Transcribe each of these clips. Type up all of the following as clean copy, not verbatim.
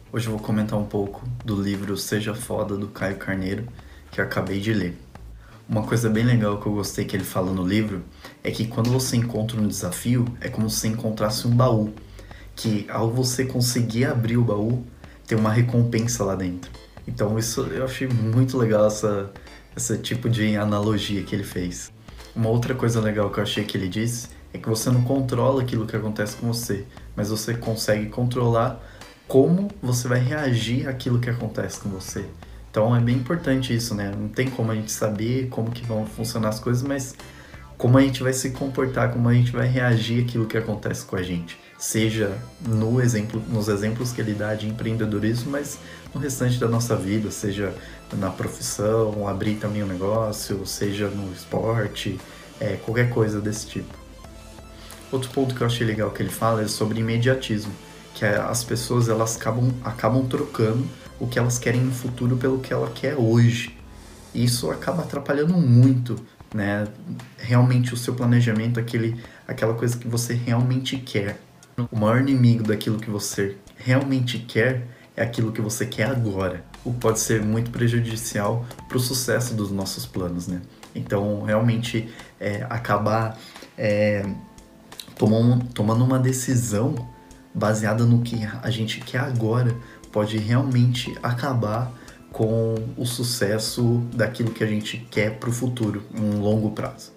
Hoje eu vou comentar um pouco do livro Seja Foda, do Caio Carneiro, que eu acabei de ler. Uma coisa bem legal que eu gostei que ele fala no livro é que quando você encontra um desafio, é como se você encontrasse um baú, que ao você conseguir abrir o baú, tem uma recompensa lá dentro. Então isso eu achei muito legal esse tipo de analogia que ele fez. Uma outra coisa legal que eu achei que ele disse é que você não controla aquilo que acontece com você, mas você consegue controlar como você vai reagir àquilo que acontece com você. Então é bem importante isso, né? Não tem como a gente saber como que vão funcionar as coisas, mas como a gente vai se comportar, como a gente vai reagir àquilo que acontece com a gente. Seja nos exemplos que ele dá de empreendedorismo, mas no restante da nossa vida, seja na profissão, abrir também um negócio, seja no esporte, qualquer coisa desse tipo. Outro ponto que eu achei legal que ele fala é sobre imediatismo, que as pessoas elas acabam trocando o que elas querem no futuro pelo que ela quer hoje. E isso acaba atrapalhando muito, né? Realmente o seu planejamento, aquela coisa que você realmente quer. O maior inimigo daquilo que você realmente quer é aquilo que você quer agora, o que pode ser muito prejudicial para o sucesso dos nossos planos, né? Então, realmente, acabar tomando uma decisão baseada no que a gente quer agora pode realmente acabar com o sucesso daquilo que a gente quer para o futuro, um longo prazo.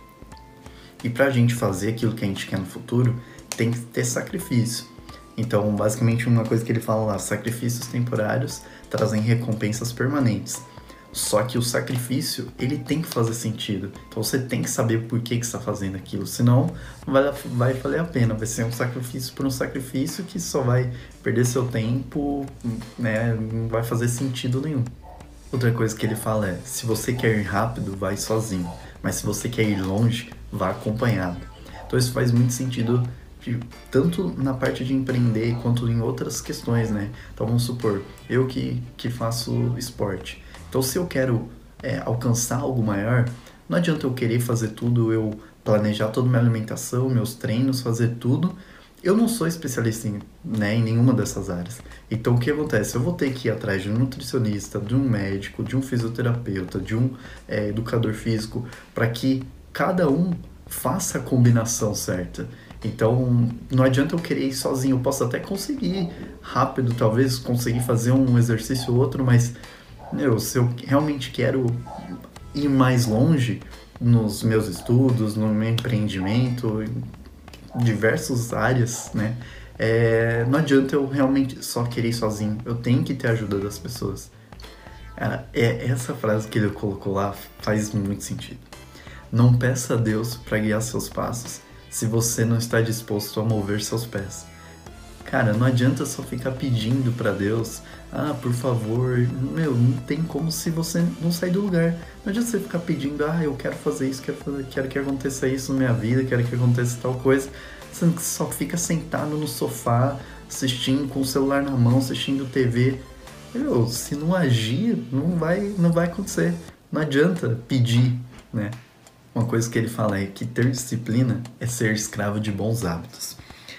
E para a gente fazer aquilo que a gente quer no futuro, tem que ter sacrifício. Então, basicamente, uma coisa que ele fala lá, sacrifícios temporários trazem recompensas permanentes. Só que o sacrifício, ele tem que fazer sentido. Então você tem que saber por que você está fazendo aquilo. Senão, não vai valer a pena. Vai ser um sacrifício por um sacrifício que só vai perder seu tempo, né? Não vai fazer sentido nenhum. Outra coisa que ele fala é, se você quer ir rápido, vai sozinho. Mas se você quer ir longe, vá acompanhado. Então isso faz muito sentido tanto na parte de empreender quanto em outras questões, né? Então vamos supor, eu que faço esporte. Então se eu quero alcançar algo maior, não adianta eu querer fazer tudo, eu planejar toda a minha alimentação, meus treinos, fazer tudo. Eu não sou especialista em nenhuma dessas áreas. Então o que acontece? Eu vou ter que ir atrás de um nutricionista, de um médico, de um fisioterapeuta, de um educador físico, para que cada um faça a combinação certa. Então, não adianta eu querer ir sozinho. Eu posso até conseguir rápido, talvez conseguir fazer um exercício ou outro, mas se eu realmente quero ir mais longe nos meus estudos, no meu empreendimento, em diversas áreas, né? Não adianta eu realmente só querer ir sozinho. Eu tenho que ter a ajuda das pessoas. Cara, essa frase que ele colocou lá faz muito sentido. Não peça a Deus para guiar seus passos se você não está disposto a mover seus pés. Cara, não adianta só ficar pedindo para Deus, por favor, não tem como se você não sair do lugar. Não adianta você ficar pedindo, eu quero fazer isso, quero que aconteça isso na minha vida, quero que aconteça tal coisa, sendo que você só fica sentado no sofá, assistindo com o celular na mão, assistindo TV. Se não agir, não vai acontecer. Não adianta pedir, né? Uma coisa que ele fala é que ter disciplina é ser escravo de bons hábitos.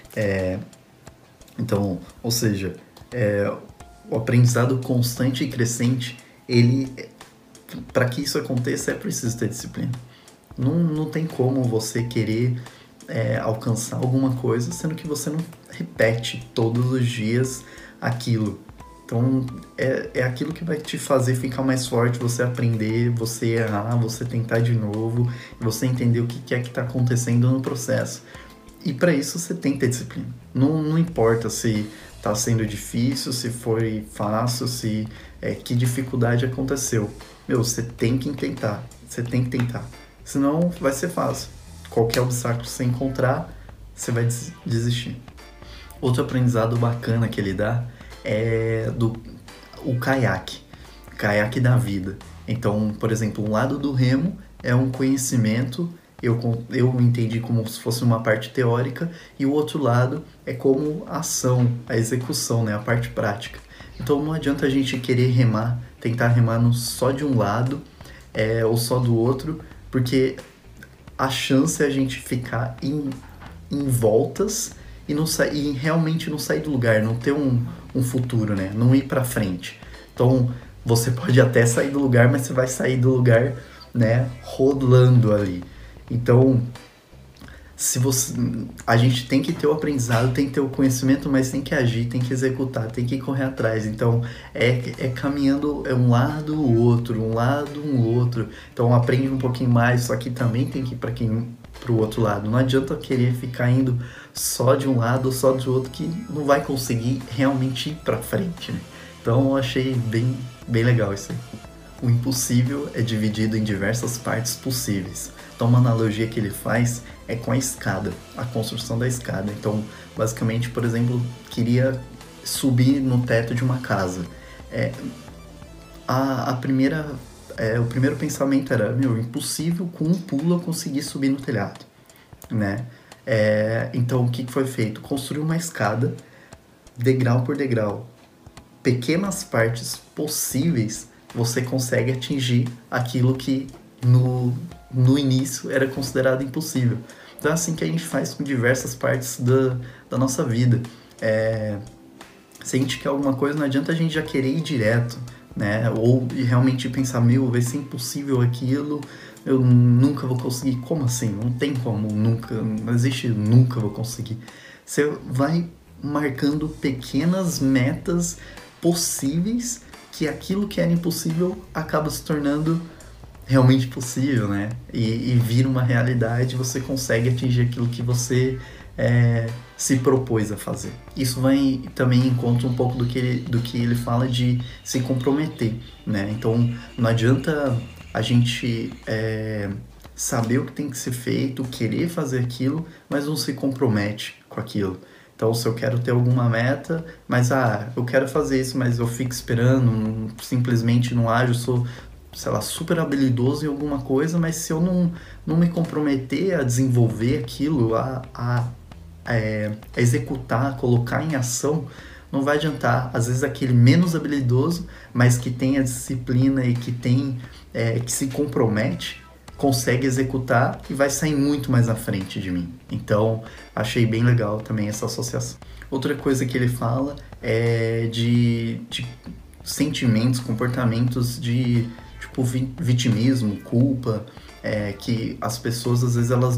Então, ou seja, o aprendizado constante e crescente, para que isso aconteça, é preciso ter disciplina. Não tem como você querer alcançar alguma coisa, sendo que você não repete todos os dias aquilo. Então, é aquilo que vai te fazer ficar mais forte, você aprender, você errar, você tentar de novo, você entender o que é que está acontecendo no processo. E para isso você tem que ter disciplina. Não importa se está sendo difícil, se foi fácil, que dificuldade aconteceu. Você tem que tentar, você tem que tentar. Senão vai ser fácil. Qualquer obstáculo que você encontrar, você vai desistir. Outro aprendizado bacana que ele dá é o caiaque da vida. Então, por exemplo, um lado do remo é um conhecimento, eu entendi como se fosse uma parte teórica, e o outro lado é como a ação, a execução, né, a parte prática. Então não adianta a gente querer remar, tentar remar só de um lado ou só do outro, porque a chance é a gente ficar em voltas e realmente não sair do lugar, não ter um futuro, né? Não ir para frente. Então, você pode até sair do lugar, mas você vai sair do lugar, né, rolando ali. Então, se você, a gente tem que ter o aprendizado, tem que ter o conhecimento, mas tem que agir, tem que executar, tem que correr atrás. Então, é caminhando um lado, o outro, um lado, um outro. Então, aprende um pouquinho mais, só que também tem que ir para o outro lado. Não adianta querer ficar indo só de um lado ou só do outro, que não vai conseguir realmente ir para frente, né? Então, eu achei bem legal isso aí. O impossível é dividido em diversas partes possíveis. Então, uma analogia que ele faz é com a escada, a construção da escada. Então, basicamente, por exemplo, queria subir no teto de uma casa. O primeiro pensamento era, impossível com um pulo eu conseguir subir no telhado, né? Então, o que foi feito? Construir uma escada, degrau por degrau. Pequenas partes possíveis, você consegue atingir aquilo que no início era considerado impossível. Então é assim que a gente faz com diversas partes da nossa vida. Se a gente quer alguma coisa, não adianta a gente já querer ir direto, né? Ou realmente pensar, vai ser impossível aquilo, eu nunca vou conseguir. Como assim? Não tem como nunca, não existe nunca vou conseguir. Você vai marcando pequenas metas possíveis, que aquilo que era impossível acaba se tornando realmente possível, né? E vira uma realidade, você consegue atingir aquilo que você se propôs a fazer. Isso vai também em conta um pouco do que ele fala de se comprometer, né? Então, não adianta a gente saber o que tem que ser feito, querer fazer aquilo, mas não se compromete com aquilo. Então, se eu quero ter alguma meta, mas eu quero fazer isso, mas eu fico esperando, simplesmente não ajo, sou, sei lá, super habilidoso em alguma coisa, mas se eu não me comprometer a desenvolver aquilo, a executar, a colocar em ação, não vai adiantar. Às vezes aquele menos habilidoso, mas que tem a disciplina e que que se compromete, consegue executar e vai sair muito mais à frente de mim. Então, achei bem legal também essa associação. Outra coisa que ele fala é de sentimentos, comportamentos de tipo vitimismo, culpa, que as pessoas às vezes elas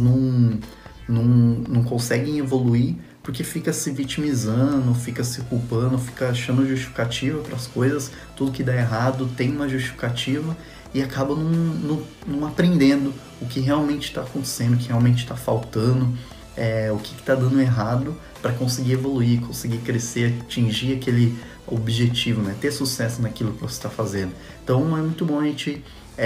não conseguem evoluir porque fica se vitimizando, fica se culpando, fica achando justificativa para as coisas, tudo que dá errado tem uma justificativa e acaba não aprendendo o que realmente está acontecendo, o que realmente está faltando, o que está dando errado para conseguir evoluir, conseguir crescer, atingir aquele objetivo, né? Ter sucesso naquilo que você está fazendo. Então é muito bom a gente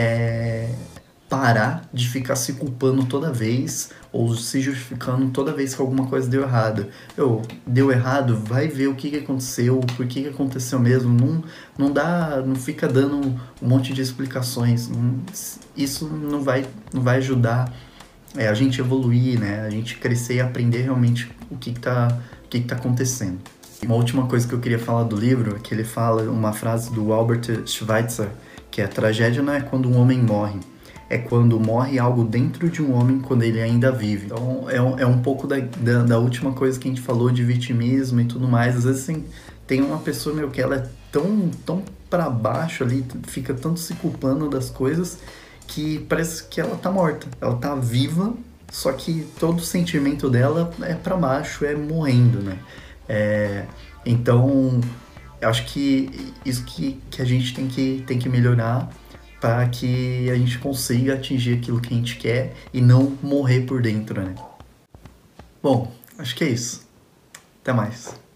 parar de ficar se culpando toda vez ou se justificando toda vez que alguma coisa deu errado. Deu errado, vai ver o que aconteceu, por que aconteceu mesmo. Não fica dando um monte de explicações. Isso não vai ajudar a gente evoluir, né? A gente crescer e aprender realmente o que tá acontecendo. Uma última coisa que eu queria falar do livro é que ele fala uma frase do Albert Schweitzer, que a tragédia não é quando um homem morre, é quando morre algo dentro de um homem quando ele ainda vive. Então é um pouco da última coisa que a gente falou de vitimismo e tudo mais. Às vezes tem uma pessoa que ela é tão pra baixo ali, fica tanto se culpando das coisas que parece que ela tá morta. Ela tá viva, só que todo o sentimento dela é pra baixo, é morrendo, né? Então, eu acho que isso que a gente tem que melhorar para que a gente consiga atingir aquilo que a gente quer e não morrer por dentro, né? Bom, acho que é isso. Até mais.